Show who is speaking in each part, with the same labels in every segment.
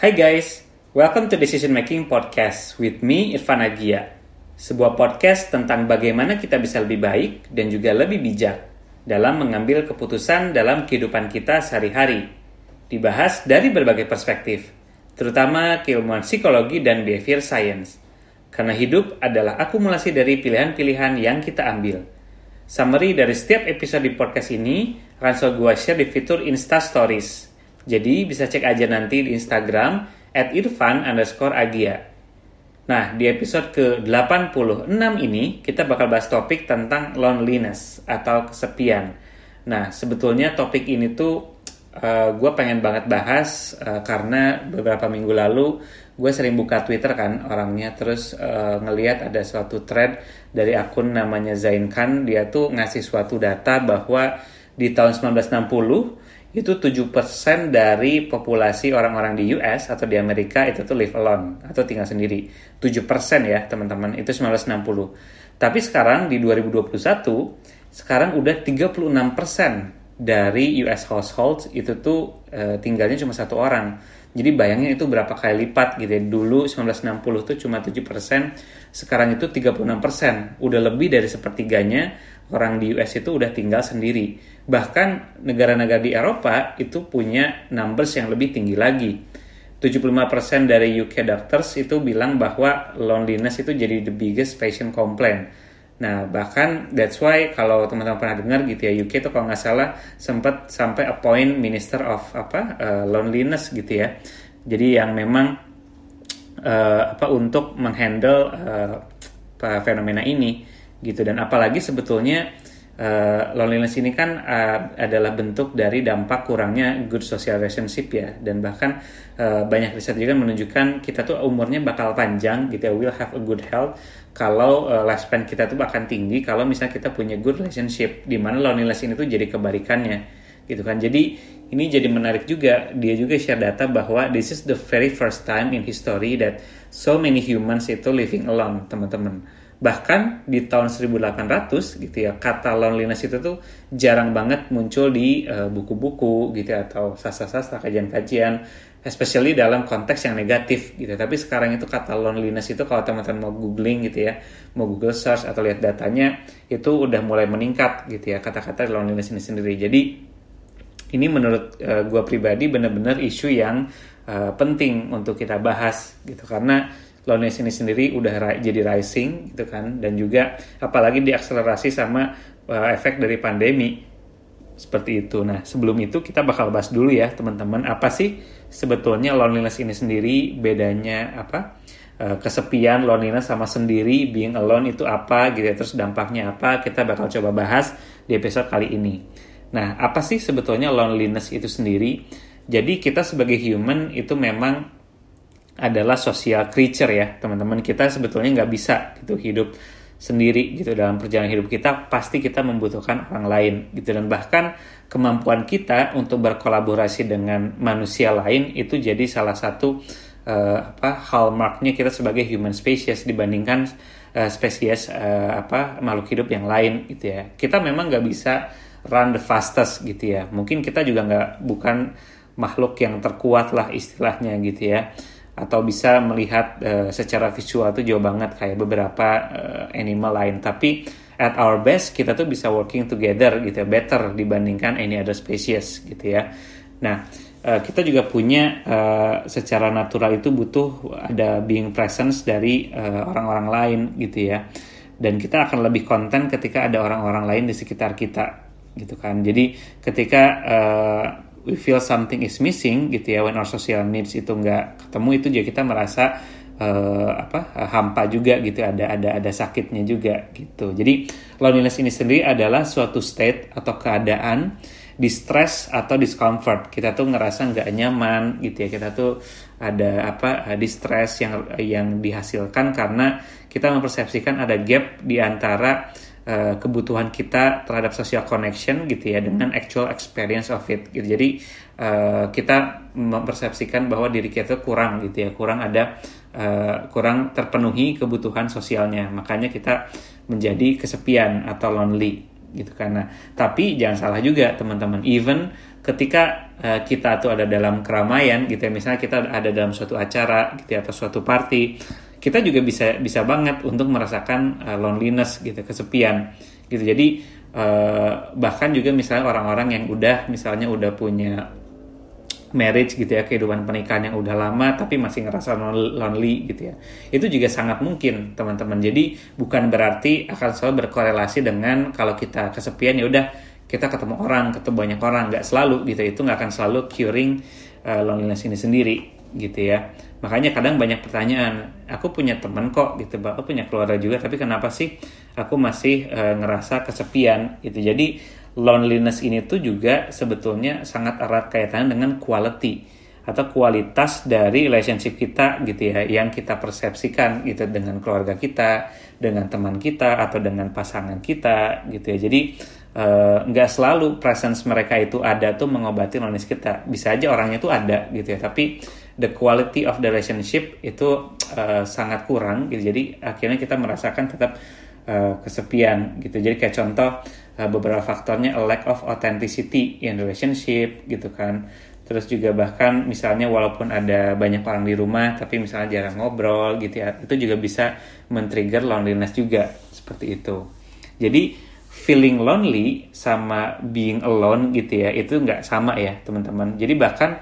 Speaker 1: Hai guys, welcome to Decision Making Podcast with me, Irfan Agia. Sebuah podcast tentang bagaimana kita bisa lebih baik dan juga lebih bijak dalam mengambil keputusan dalam kehidupan kita sehari-hari. Dibahas dari berbagai perspektif, terutama keilmuan psikologi dan behavior science. Karena hidup adalah akumulasi dari pilihan-pilihan yang kita ambil. Summary dari setiap episode di podcast ini akan selalu gue share di fitur Insta Stories. Jadi bisa cek aja nanti di Instagram @irfan_agia. Nah, di episode ke-86 ini kita bakal bahas topik tentang loneliness atau kesepian. Nah, sebetulnya topik ini tuh gue pengen banget bahas karena beberapa minggu lalu gue sering buka Twitter kan orangnya, terus ngelihat ada suatu thread dari akun namanya Zain Khan. Dia tuh ngasih suatu data bahwa di tahun 1960 itu 7% dari populasi orang-orang di US atau di Amerika itu tuh live alone atau tinggal sendiri. 7% ya teman-teman, itu 1960. Tapi sekarang di 2021, sekarang udah 36% dari US households itu tuh tinggalnya cuma satu orang. Jadi bayangin itu berapa kali lipat gitu ya. Dulu 1960 tuh cuma 7%, sekarang itu 36%. Udah lebih dari sepertiganya orang di US itu udah tinggal sendiri. Bahkan negara-negara di Eropa itu punya numbers yang lebih tinggi lagi. 75% dari UK doctors itu bilang bahwa loneliness itu jadi the biggest patient complaint. Nah, bahkan that's why kalau teman-teman pernah dengar gitu ya, UK itu kalau nggak salah sempat sampai appoint minister of loneliness gitu ya. Jadi yang memang untuk menghandle fenomena ini gitu. Dan apalagi sebetulnya loneliness ini kan adalah bentuk dari dampak kurangnya good social relationship ya. Dan bahkan banyak riset juga menunjukkan kita tuh umurnya bakal panjang gitu ya, will have a good health kalau lifespan kita tuh akan tinggi kalau misalnya kita punya good relationship, di mana loneliness ini tuh jadi kebalikannya gitu kan. Jadi ini jadi menarik juga, dia juga share data bahwa this is the very first time in history that so many humans itu living alone, teman-teman. Bahkan di tahun 1800 gitu ya, kata loneliness itu tuh jarang banget muncul di buku-buku gitu ya, atau sastra-sastra, kajian-kajian, especially dalam konteks yang negatif gitu. Tapi sekarang itu kata loneliness itu kalau teman-teman mau googling gitu ya, mau Google search atau lihat datanya, itu udah mulai meningkat gitu ya, kata-kata loneliness ini sendiri. Jadi ini menurut gue pribadi benar-benar isu yang penting untuk kita bahas gitu, karena loneliness ini sendiri udah jadi rising gitu kan, dan juga apalagi diakselerasi sama efek dari pandemi seperti itu. Nah, sebelum itu kita bakal bahas dulu ya teman-teman, apa sih sebetulnya loneliness ini sendiri, bedanya apa, kesepian, loneliness sama sendiri, being alone itu apa gitu ya, terus dampaknya apa, kita bakal coba bahas di episode kali ini. Nah, apa sih sebetulnya loneliness itu sendiri? Jadi kita sebagai human itu memang adalah social creature ya teman-teman. Kita sebetulnya nggak bisa gitu hidup sendiri gitu. Dalam perjalanan hidup kita pasti kita membutuhkan orang lain gitu, dan bahkan kemampuan kita untuk berkolaborasi dengan manusia lain itu jadi salah satu hallmarknya kita sebagai human species dibandingkan spesies makhluk hidup yang lain gitu ya. Kita memang nggak bisa run the fastest gitu ya. Mungkin kita juga bukan makhluk yang terkuat lah istilahnya gitu ya, atau bisa melihat secara visual tuh jauh banget kayak beberapa animal lain. Tapi at our best kita tuh bisa working together gitu ya, better dibandingkan any other species gitu ya. Nah, kita juga punya secara natural itu butuh ada being presence dari orang-orang lain gitu ya. Dan kita akan lebih konten ketika ada orang-orang lain di sekitar kita gitu kan. Jadi ketika we feel something is missing gitu ya, when our social needs itu nggak ketemu, itu juga kita merasa hampa juga gitu, ada sakitnya juga gitu. Jadi loneliness ini sendiri adalah suatu state atau keadaan distress atau discomfort. Kita tuh ngerasa nggak nyaman gitu ya, kita tuh ada distress yang dihasilkan karena kita mempersepsikan ada gap di antara kebutuhan kita terhadap social connection gitu ya dengan actual experience of it gitu. Jadi kita mempersepsikan bahwa diri kita kurang gitu ya, kurang terpenuhi kebutuhan sosialnya, makanya kita menjadi kesepian atau lonely gitu. Karena tapi jangan salah juga teman-teman, even ketika kita tuh ada dalam keramaian gitu ya, misalnya kita ada dalam suatu acara gitu ya, atau suatu party, kita juga bisa banget untuk merasakan loneliness gitu, kesepian gitu. Jadi bahkan juga misalnya orang-orang yang udah punya marriage gitu ya, kehidupan pernikahan yang udah lama tapi masih ngerasa lonely gitu ya, itu juga sangat mungkin teman-teman. Jadi bukan berarti akan selalu berkorelasi dengan kalau kita kesepian ya udah kita ketemu banyak orang, nggak selalu gitu. Itu nggak akan selalu curing loneliness ini sendiri gitu ya. Makanya kadang banyak pertanyaan, aku punya teman kok gitu, aku punya keluarga juga, tapi kenapa sih aku masih ngerasa kesepian gitu. Jadi loneliness ini tuh juga sebetulnya sangat erat kaitannya dengan quality atau kualitas dari relationship kita gitu ya, yang kita persepsikan gitu dengan keluarga kita, dengan teman kita, atau dengan pasangan kita gitu ya. Jadi nggak selalu presence mereka itu ada tuh mengobati loneliness kita. Bisa aja orangnya tuh ada gitu ya, tapi the quality of the relationship itu sangat kurang gitu. Jadi akhirnya kita merasakan tetap kesepian gitu. Jadi kayak contoh beberapa faktornya, a lack of authenticity in relationship gitu kan. Terus juga bahkan misalnya walaupun ada banyak orang di rumah tapi misalnya jarang ngobrol gitu ya, itu juga bisa men-trigger loneliness juga seperti itu. Jadi feeling lonely sama being alone gitu ya, itu nggak sama ya teman-teman. Jadi bahkan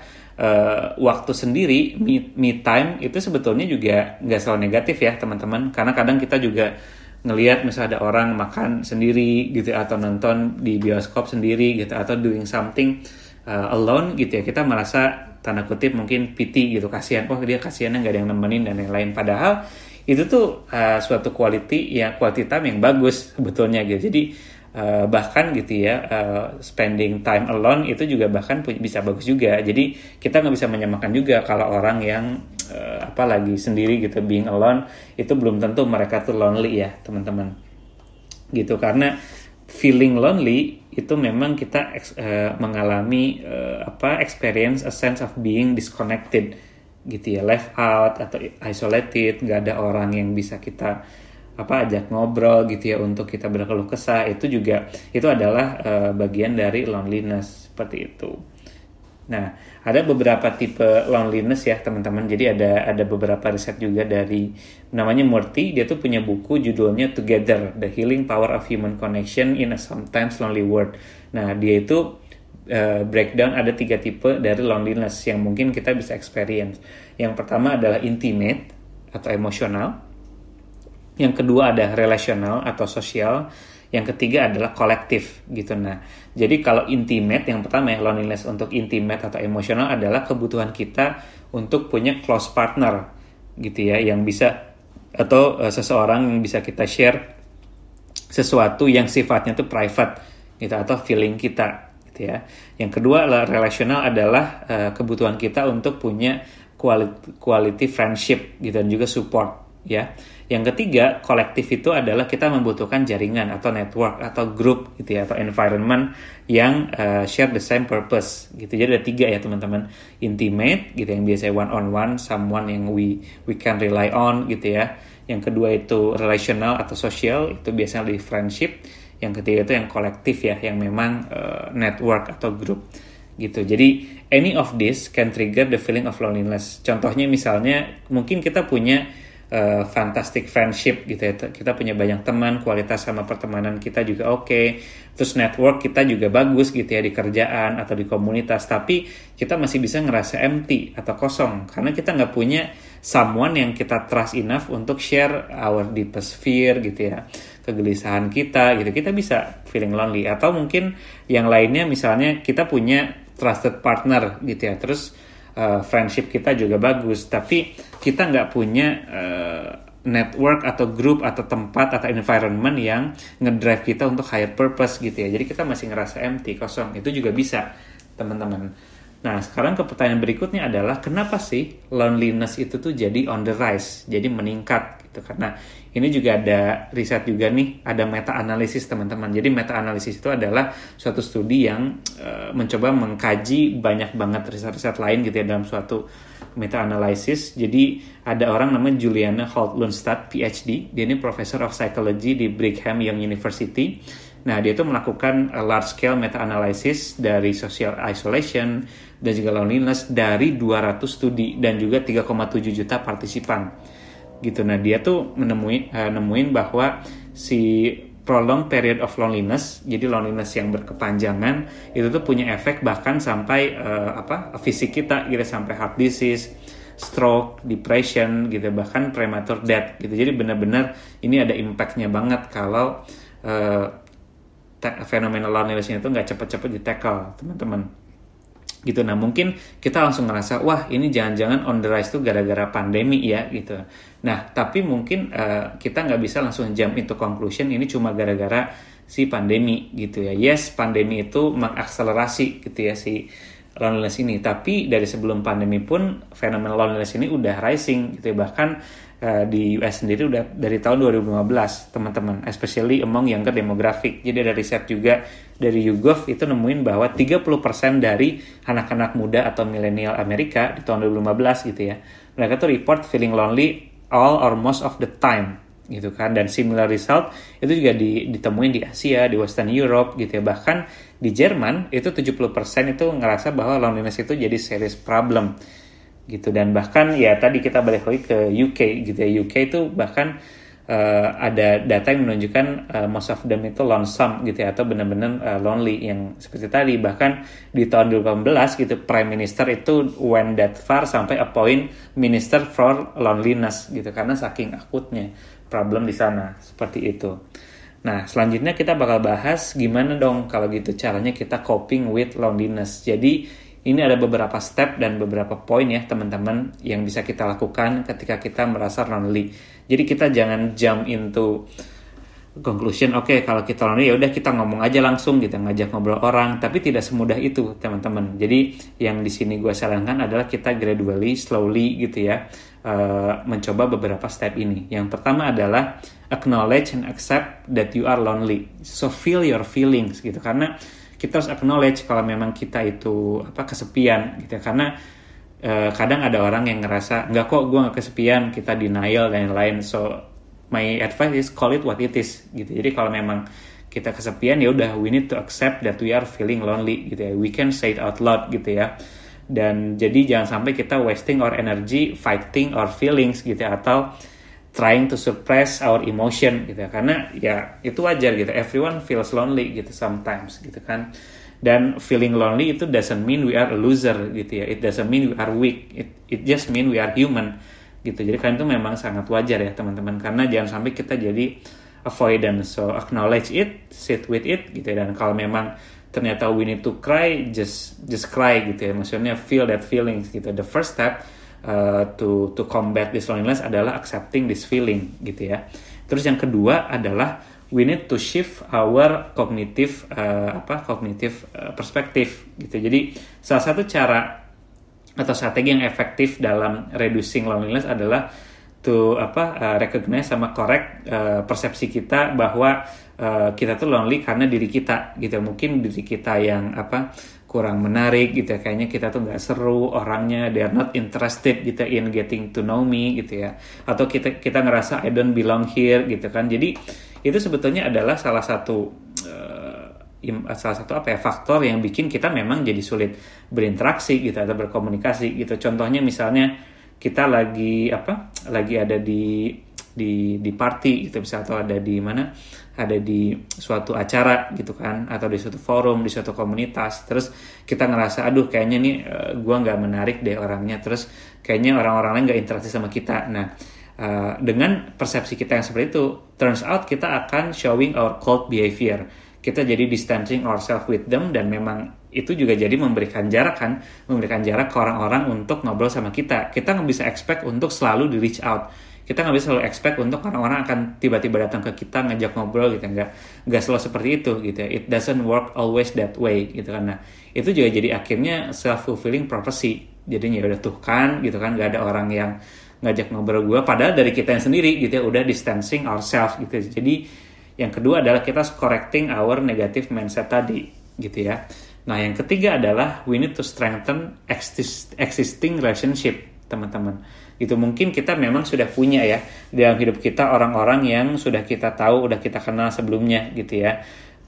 Speaker 1: waktu sendiri, me time itu sebetulnya juga nggak selalu negatif ya teman-teman. Karena kadang kita juga ngelihat misalnya ada orang makan sendiri gitu, atau nonton di bioskop sendiri gitu, atau doing something alone gitu ya, kita merasa tanda kutip mungkin pity gitu, kasihan, dia kasihannya nggak ada yang nemenin dan lain-lain. Padahal itu tuh suatu quality time yang bagus sebetulnya gitu. Jadi bahkan gitu ya, spending time alone itu juga bahkan bisa bagus juga. Jadi kita nggak bisa menyamakan juga kalau orang yang apalagi sendiri gitu, being alone, itu belum tentu mereka tuh lonely ya teman-teman gitu. Karena feeling lonely itu memang kita mengalami experience a sense of being disconnected gitu ya, left out atau isolated, nggak ada orang yang bisa kita ajak ngobrol gitu ya untuk kita berkeluh kesah. Itu adalah bagian dari loneliness seperti itu. Nah, ada beberapa tipe loneliness ya teman-teman. Jadi ada beberapa riset juga dari namanya Murthy. Dia tuh punya buku judulnya Together: The Healing Power of Human Connection in a Sometimes Lonely World. Nah, dia itu breakdown ada 3 tipe dari loneliness yang mungkin kita bisa experience. Yang pertama adalah intimate atau emosional. Yang kedua ada relational atau sosial. Yang ketiga adalah kolektif gitu. Nah, jadi kalau intimate, yang pertama ya, loneliness untuk intimate atau emosional adalah kebutuhan kita untuk punya close partner gitu ya, yang bisa, atau seseorang yang bisa kita share sesuatu yang sifatnya itu private gitu, atau feeling kita gitu ya. Yang kedua adalah relational, adalah kebutuhan kita untuk punya quality friendship gitu, dan juga support ya. Yang ketiga, kolektif itu adalah kita membutuhkan jaringan atau network atau group gitu ya, atau environment yang share the same purpose gitu. Jadi ada 3 ya teman-teman. Intimate gitu, yang biasanya one on one, someone yang we can rely on gitu ya. Yang kedua itu relational atau social, itu biasanya di friendship. Yang ketiga itu yang kolektif ya, yang memang network atau group gitu. Jadi any of this can trigger the feeling of loneliness. Contohnya misalnya mungkin kita punya fantastic friendship gitu ya, kita punya banyak teman, kualitas sama pertemanan kita juga oke, terus network kita juga bagus gitu ya di kerjaan atau di komunitas, tapi kita masih bisa ngerasa empty atau kosong karena kita nggak punya someone yang kita trust enough untuk share our deepest fear gitu ya, kegelisahan kita gitu. Kita bisa feeling lonely. Atau mungkin yang lainnya, misalnya kita punya trusted partner gitu ya, terus friendship kita juga bagus, tapi kita nggak punya network atau group atau tempat atau environment yang ngedrive kita untuk higher purpose gitu ya. Jadi kita masih ngerasa empty, kosong. Itu juga bisa teman-teman. Nah, sekarang ke pertanyaan berikutnya adalah, kenapa sih loneliness itu tuh jadi on the rise, jadi meningkat gitu? Karena ini juga ada riset juga nih, ada meta-analisis teman-teman. Jadi meta-analisis itu adalah suatu studi yang mencoba mengkaji banyak banget riset-riset lain gitu ya dalam suatu meta-analisis. Jadi ada orang namanya Juliana Holt Lundstad, PhD. Dia ini Professor of Psychology di Brigham Young University. Nah, dia itu melakukan large scale meta-analysis dari social isolation dan juga loneliness dari 200 studi dan juga 3,7 juta partisipan. Gitu. Nah, dia tuh nemuin bahwa si prolonged period of loneliness, jadi loneliness yang berkepanjangan, itu tuh punya efek bahkan sampai fisik kita gitu, sampai heart disease, stroke, depression gitu, bahkan premature death gitu. Jadi benar-benar ini ada impact-nya banget kalau fenomena loneliness itu nggak cepet-cepet di-tackle, teman-teman. Gitu. Nah, mungkin kita langsung ngerasa, wah ini jangan-jangan on the rise tuh gara-gara pandemi ya gitu. Nah, tapi mungkin kita nggak bisa langsung jump into conclusion ini cuma gara-gara si pandemi gitu ya. Yes, pandemi itu mengakselerasi gitu ya si loneliness ini. Tapi dari sebelum pandemi pun fenomena loneliness ini udah rising gitu ya. Bahkan di US sendiri udah dari tahun 2015, teman-teman, especially among younger demographic. Jadi ada riset juga dari YouGov itu nemuin bahwa 30% dari anak-anak muda atau milenial Amerika di tahun 2015 gitu ya, mereka tuh report feeling lonely all or most of the time gitu kan. Dan similar result itu juga ditemuin di Asia, di Western Europe gitu ya. Bahkan di Jerman itu 70% itu ngerasa bahwa loneliness itu jadi serious problem gitu. Dan bahkan ya tadi kita balik lagi ke UK gitu ya, UK itu bahkan ada data yang menunjukkan most of them itu lonesome gitu ya, atau benar-benar lonely yang seperti tadi. Bahkan di tahun 2018 gitu Prime Minister itu went that far sampai appoint Minister for Loneliness gitu, karena saking akutnya problem di sana seperti itu. Nah, selanjutnya kita bakal bahas gimana dong kalau gitu caranya kita coping with loneliness. Jadi ini ada beberapa step dan beberapa poin ya teman-teman yang bisa kita lakukan ketika kita merasa lonely. Jadi kita jangan jump into conclusion, oke, kalau kita lonely ya udah kita ngomong aja langsung gitu, ngajak ngobrol orang, tapi tidak semudah itu teman-teman. Jadi yang di sini gue sarankan adalah kita gradually, slowly gitu ya, mencoba beberapa step ini. Yang pertama adalah acknowledge and accept that you are lonely. So feel your feelings gitu, karena kita harus acknowledge kalau memang kita itu kesepian gitu ya. Karena kadang ada orang yang ngerasa enggak kok, gue nggak kesepian, kita denial dan lain-lain. So my advice is call it what it is gitu. Jadi kalau memang kita kesepian ya udah, we need to accept that we are feeling lonely gitu ya. We can say it out loud gitu ya. Dan jadi jangan sampai kita wasting our energy fighting our feelings gitu ya, atau trying to suppress our emotion gitu ya. Karena ya itu wajar gitu, everyone feels lonely gitu sometimes gitu kan. Dan feeling lonely itu doesn't mean we are a loser gitu ya, it doesn't mean we are weak, it just mean we are human gitu. Jadi kan itu memang sangat wajar ya teman-teman, karena jangan sampai kita jadi avoidance. So acknowledge it, sit with it gitu ya. Dan kalau memang ternyata we need to cry, just cry gitu ya, maksudnya feel that feelings gitu. The first step to combat this loneliness adalah accepting this feeling gitu ya. Terus yang kedua adalah we need to shift our cognitive perspective gitu. Jadi salah satu cara atau strategi yang efektif dalam reducing loneliness adalah to recognize sama correct persepsi kita bahwa kita tuh lonely karena diri kita gitu. Mungkin diri kita yang kurang menarik gitu ya, kayaknya kita tuh nggak seru orangnya, they are not interested gitu in getting to know me gitu ya, atau kita ngerasa I don't belong here gitu kan. Jadi itu sebetulnya adalah salah satu faktor yang bikin kita memang jadi sulit berinteraksi gitu atau berkomunikasi gitu. Contohnya misalnya kita lagi ada di party gitu bisa, atau ada di mana, ada di suatu acara gitu kan, atau di suatu forum, di suatu komunitas, terus kita ngerasa aduh kayaknya nih gue nggak menarik deh orangnya, terus kayaknya orang-orang lain nggak interaksi sama kita. Nah dengan persepsi kita yang seperti itu, turns out kita akan showing our cold behavior, kita jadi distancing ourselves with them, dan memang itu juga jadi memberikan jarak ke orang-orang untuk ngobrol sama kita. Kita nggak bisa expect untuk selalu di reach out, kita nggak bisa selalu expect untuk orang-orang akan tiba-tiba datang ke kita ngajak ngobrol gitu, nggak selalu seperti itu gitu ya. It doesn't work always that way gitu kan. Nah itu juga jadi akhirnya self-fulfilling prophecy, jadinya udah tuh kan gitu kan, nggak ada orang yang ngajak ngobrol gue, padahal dari kita yang sendiri gitu ya udah distancing ourselves gitu. Jadi yang kedua adalah kita correcting our negative mindset tadi gitu ya. Nah yang ketiga adalah we need to strengthen existing relationship teman-teman gitu. Mungkin kita memang sudah punya ya dalam hidup kita orang-orang yang sudah kita tahu, udah kita kenal sebelumnya gitu ya.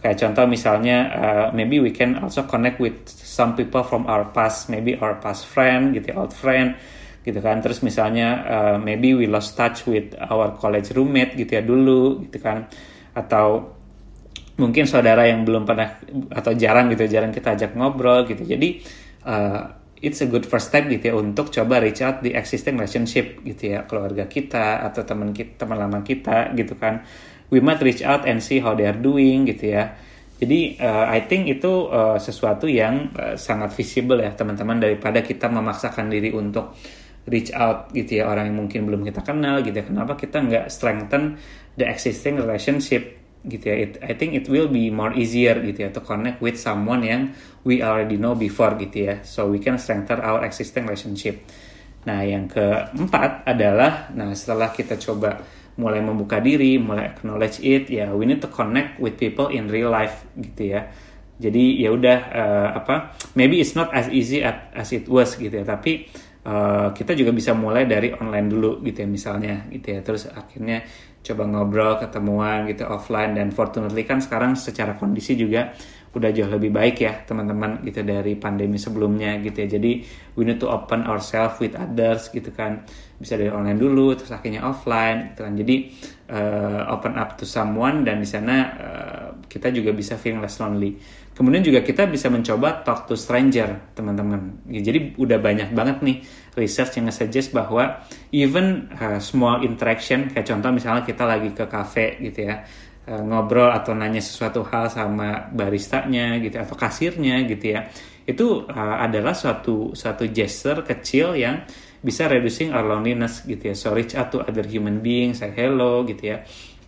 Speaker 1: Kayak contoh misalnya, maybe we can also connect with some people from our past, maybe our past friend gitu, old friend gitu kan. Terus misalnya maybe we lost touch with our college roommate gitu ya dulu gitu kan. Atau mungkin saudara yang belum pernah atau jarang kita ajak ngobrol gitu. Jadi it's a good first step gitu ya untuk coba reach out the existing relationship gitu ya, keluarga kita atau teman lama kita gitu kan. We might reach out and see how they are doing gitu ya. Jadi I think itu sesuatu yang sangat visible ya teman-teman, daripada kita memaksakan diri untuk reach out gitu ya orang yang mungkin belum kita kenal gitu ya. Kenapa kita nggak strengthen the existing relationship gitu ya. I think it will be more easier gitu ya to connect with someone yang we already know before gitu ya. So we can strengthen our existing relationship. Nah yang keempat adalah, setelah kita coba mulai membuka diri, mulai acknowledge it, ya we need to connect with people in real life gitu ya. Jadi ya udah maybe it's not as easy as it was gitu ya, tapi kita juga bisa mulai dari online dulu gitu ya misalnya gitu ya. Terus akhirnya coba ngobrol, ketemuan gitu offline, dan fortunately kan sekarang secara kondisi juga udah jauh lebih baik ya teman-teman gitu dari pandemi sebelumnya gitu ya. Jadi we need to open ourselves with others gitu kan, bisa dari online dulu terus akhirnya offline gitu kan. Jadi open up to someone, dan di sana kita juga bisa feeling less lonely. Kemudian juga kita bisa mencoba talk to stranger teman-teman ya. Jadi udah banyak banget nih research yang nge-suggest bahwa even small interaction, kayak contoh misalnya kita lagi ke cafe gitu ya, ngobrol atau nanya sesuatu hal sama baristanya gitu atau kasirnya gitu ya, itu adalah suatu gesture kecil yang bisa reducing our loneliness gitu ya. So reach out to other human beings, say hello gitu ya,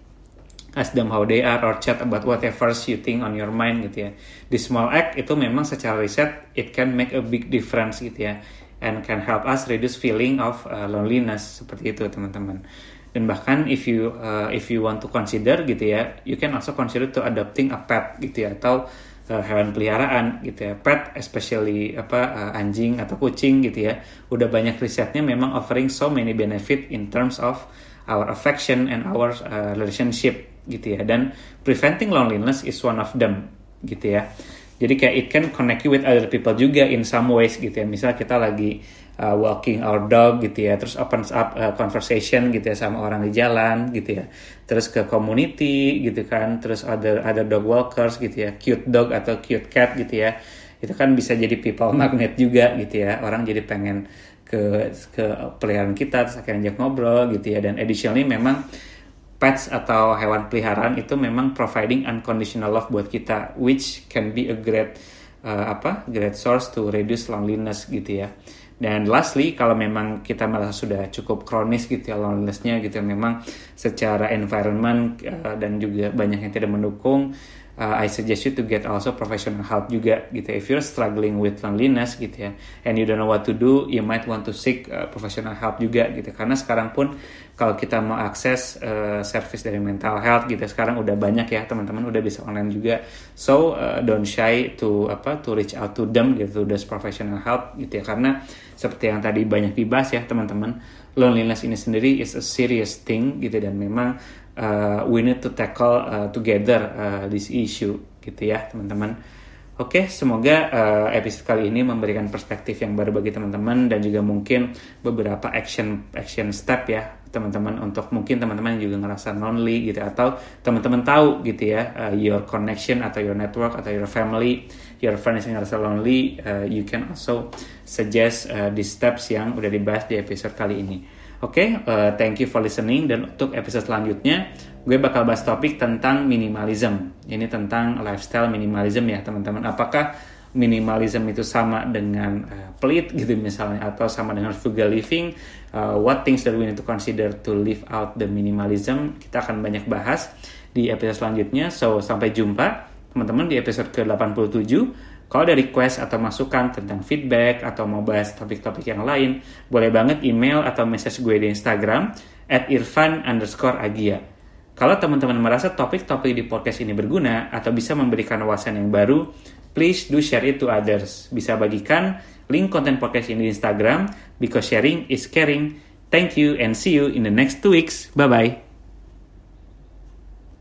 Speaker 1: ask them how they are, or chat about whatever you think on your mind gitu ya. Di small act itu memang secara riset it can make a big difference gitu ya, and can help us reduce feeling of loneliness, seperti itu teman-teman. Dan bahkan if you want to consider gitu ya, you can also consider to adopting a pet gitu ya, atau hewan peliharaan gitu ya. Pet especially anjing atau kucing gitu ya, udah banyak risetnya memang offering so many benefit in terms of our affection and our relationship gitu ya. Dan preventing loneliness is one of them gitu ya. Jadi kayak it can connect you with other people juga in some ways gitu ya. Misal kita lagi walking our dog gitu ya, terus opens up conversation gitu ya sama orang di jalan gitu ya. Terus ke community gitu kan, terus other dog walkers gitu ya, cute dog atau cute cat gitu ya. Itu kan bisa jadi people magnet juga gitu ya. Orang jadi pengen ke peliharaan kita, terus akhirnya ajak ngobrol gitu ya. Dan additionally memang pets atau hewan peliharaan itu memang providing unconditional love buat kita, which can be a great source to reduce loneliness gitu ya. Dan lastly, kalau memang kita merasa sudah cukup kronis gitu ya loneliness-nya gitu ya, memang secara environment dan juga banyak yang tidak mendukung, I suggest you to get also professional help juga gitu. If you're struggling with loneliness gitu ya, and you don't know what to do, you might want to seek professional help juga gitu. Karena sekarang pun kalau kita mau akses service dari mental health gitu, sekarang udah banyak ya teman-teman, udah bisa online juga. So don't shy to reach out to them gitu, to this professional help gitu ya. Karena seperti yang tadi banyak dibahas ya teman-teman, loneliness ini sendiri is a serious thing gitu, dan memang we need to tackle together this issue gitu ya teman-teman. Oke, semoga episode kali ini memberikan perspektif yang baru bagi teman-teman, dan juga mungkin beberapa action step ya teman-teman, untuk mungkin teman-teman juga ngerasa lonely gitu, atau teman-teman tahu gitu ya your connection atau your network atau your family, your friends yang ngerasa lonely, you can also suggest these steps yang udah dibahas di episode kali ini. Oke, thank you for listening. Dan untuk episode selanjutnya gue bakal bahas topik tentang minimalism. Ini tentang lifestyle minimalism ya teman-teman. Apakah minimalism itu sama dengan pelit gitu misalnya, atau sama dengan frugal living? What things that we need to consider to live out the minimalism? Kita akan banyak bahas di episode selanjutnya. So sampai jumpa teman-teman di episode ke-87. Kalau ada request atau masukan tentang feedback atau mau bahas topik-topik yang lain, boleh banget email atau message gue di Instagram @irfan_agia. Kalau teman-teman merasa topik-topik di podcast ini berguna atau bisa memberikan wawasan yang baru, please do share it to others. Bisa bagikan link konten podcast ini di Instagram, because sharing is caring. Thank you and see you in the next 2 weeks. Bye-bye.